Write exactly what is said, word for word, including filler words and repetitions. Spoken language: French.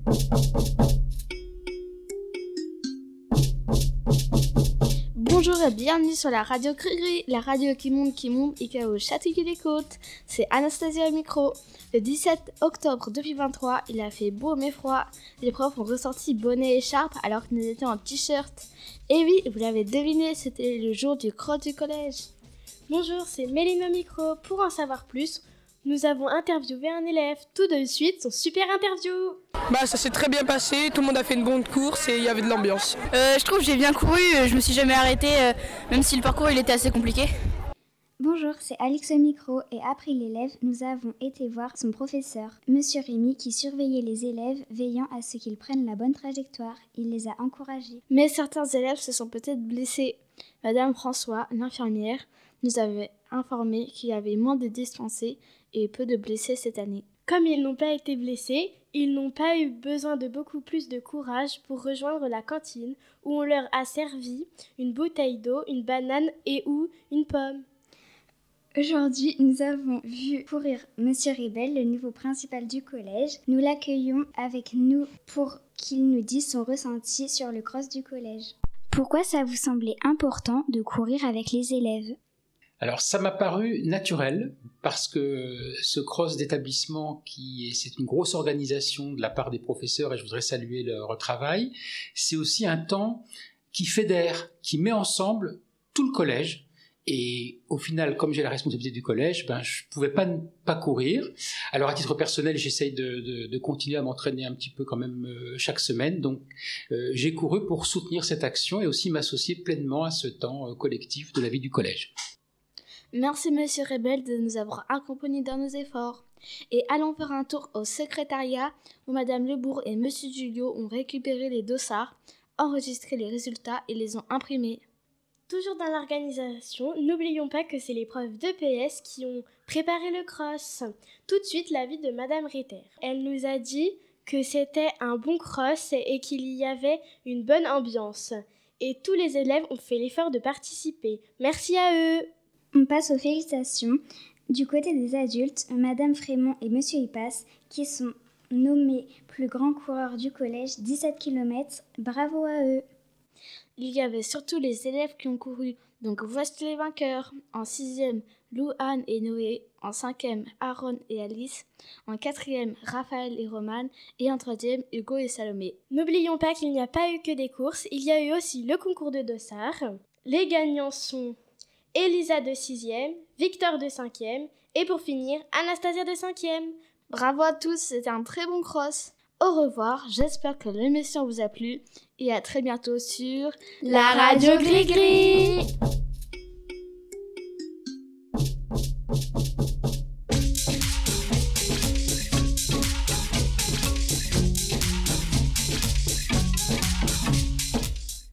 Bonjour et bienvenue sur la radio Gris-Gris, la radio qui monte, qui monte et qui a au château des côtes. C'est Anastasia au micro. Le dix-sept octobre deux mille vingt-trois, il a fait beau mais froid. Les profs ont ressorti bonnet et écharpe alors que nous étions en t-shirt. Et oui, vous l'avez deviné, c'était le jour du cross du collège. Bonjour, c'est Méline au micro. Pour en savoir plus, nous avons interviewé un élève. Tout de suite, son super interview. Bah ça s'est très bien passé, tout le monde a fait une bonne course et il y avait de l'ambiance. Euh, je trouve que j'ai bien couru, je me suis jamais arrêtée, euh, même si le parcours il était assez compliqué. Bonjour, c'est Alix au micro et après l'élève, nous avons été voir son professeur, Monsieur Rémy, qui surveillait les élèves, veillant à ce qu'ils prennent la bonne trajectoire. Il les a encouragés. Mais certains élèves se sont peut-être blessés. Madame François, l'infirmière, nous avait informé qu'il y avait moins de dispensés et peu de blessés cette année. Comme ils n'ont pas été blessés, ils n'ont pas eu besoin de beaucoup plus de courage pour rejoindre la cantine où on leur a servi une bouteille d'eau, une banane et ou une pomme. Aujourd'hui, nous avons vu courir Monsieur Rebel, le nouveau principal du collège. Nous l'accueillons avec nous pour qu'il nous dise son ressenti sur le cross du collège. Pourquoi ça vous semblait important de courir avec les élèves ? Alors ça m'a paru naturel parce que ce cross d'établissement qui est, c'est une grosse organisation de la part des professeurs et je voudrais saluer leur travail, c'est aussi un temps qui fédère, qui met ensemble tout le collège. Et au final, comme j'ai la responsabilité du collège, ben je pouvais pas ne pas courir. Alors à titre personnel, j'essaye de, de, de continuer à m'entraîner un petit peu quand même euh, chaque semaine. Donc euh, j'ai couru pour soutenir cette action et aussi m'associer pleinement à ce temps euh, collectif de la vie du collège. Merci Monsieur Rebel de nous avoir accompagnés dans nos efforts. Et allons faire un tour au secrétariat où Madame Lebourg et Monsieur Julio ont récupéré les dossards, enregistré les résultats et les ont imprimés. Toujours dans l'organisation, n'oublions pas que c'est les profs d'E P S qui ont préparé le cross. Tout de suite, l'avis de Madame Ritter. Elle nous a dit que c'était un bon cross et qu'il y avait une bonne ambiance. Et tous les élèves ont fait l'effort de participer. Merci à eux. On passe aux félicitations. Du côté des adultes, Madame Frémont et Monsieur Hipas, qui sont nommés plus grands coureurs du collège, dix-sept kilomètres, bravo à eux. Il y avait surtout les élèves qui ont couru, donc voici les vainqueurs. En sixième, Lou, Anne et Noé. En cinquième, Aaron et Alice. En quatrième, Raphaël et Romane. Et en troisième, Hugo et Salomé. N'oublions pas qu'il n'y a pas eu que des courses, il y a eu aussi le concours de dossards. Les gagnants sont Elisa de sixième, Victor de cinquième et pour finir, Anastasia de cinquième. Bravo à tous, c'était un très bon cross. Au revoir, j'espère que l'émission vous a plu et à très bientôt sur la radio Gris-Gris.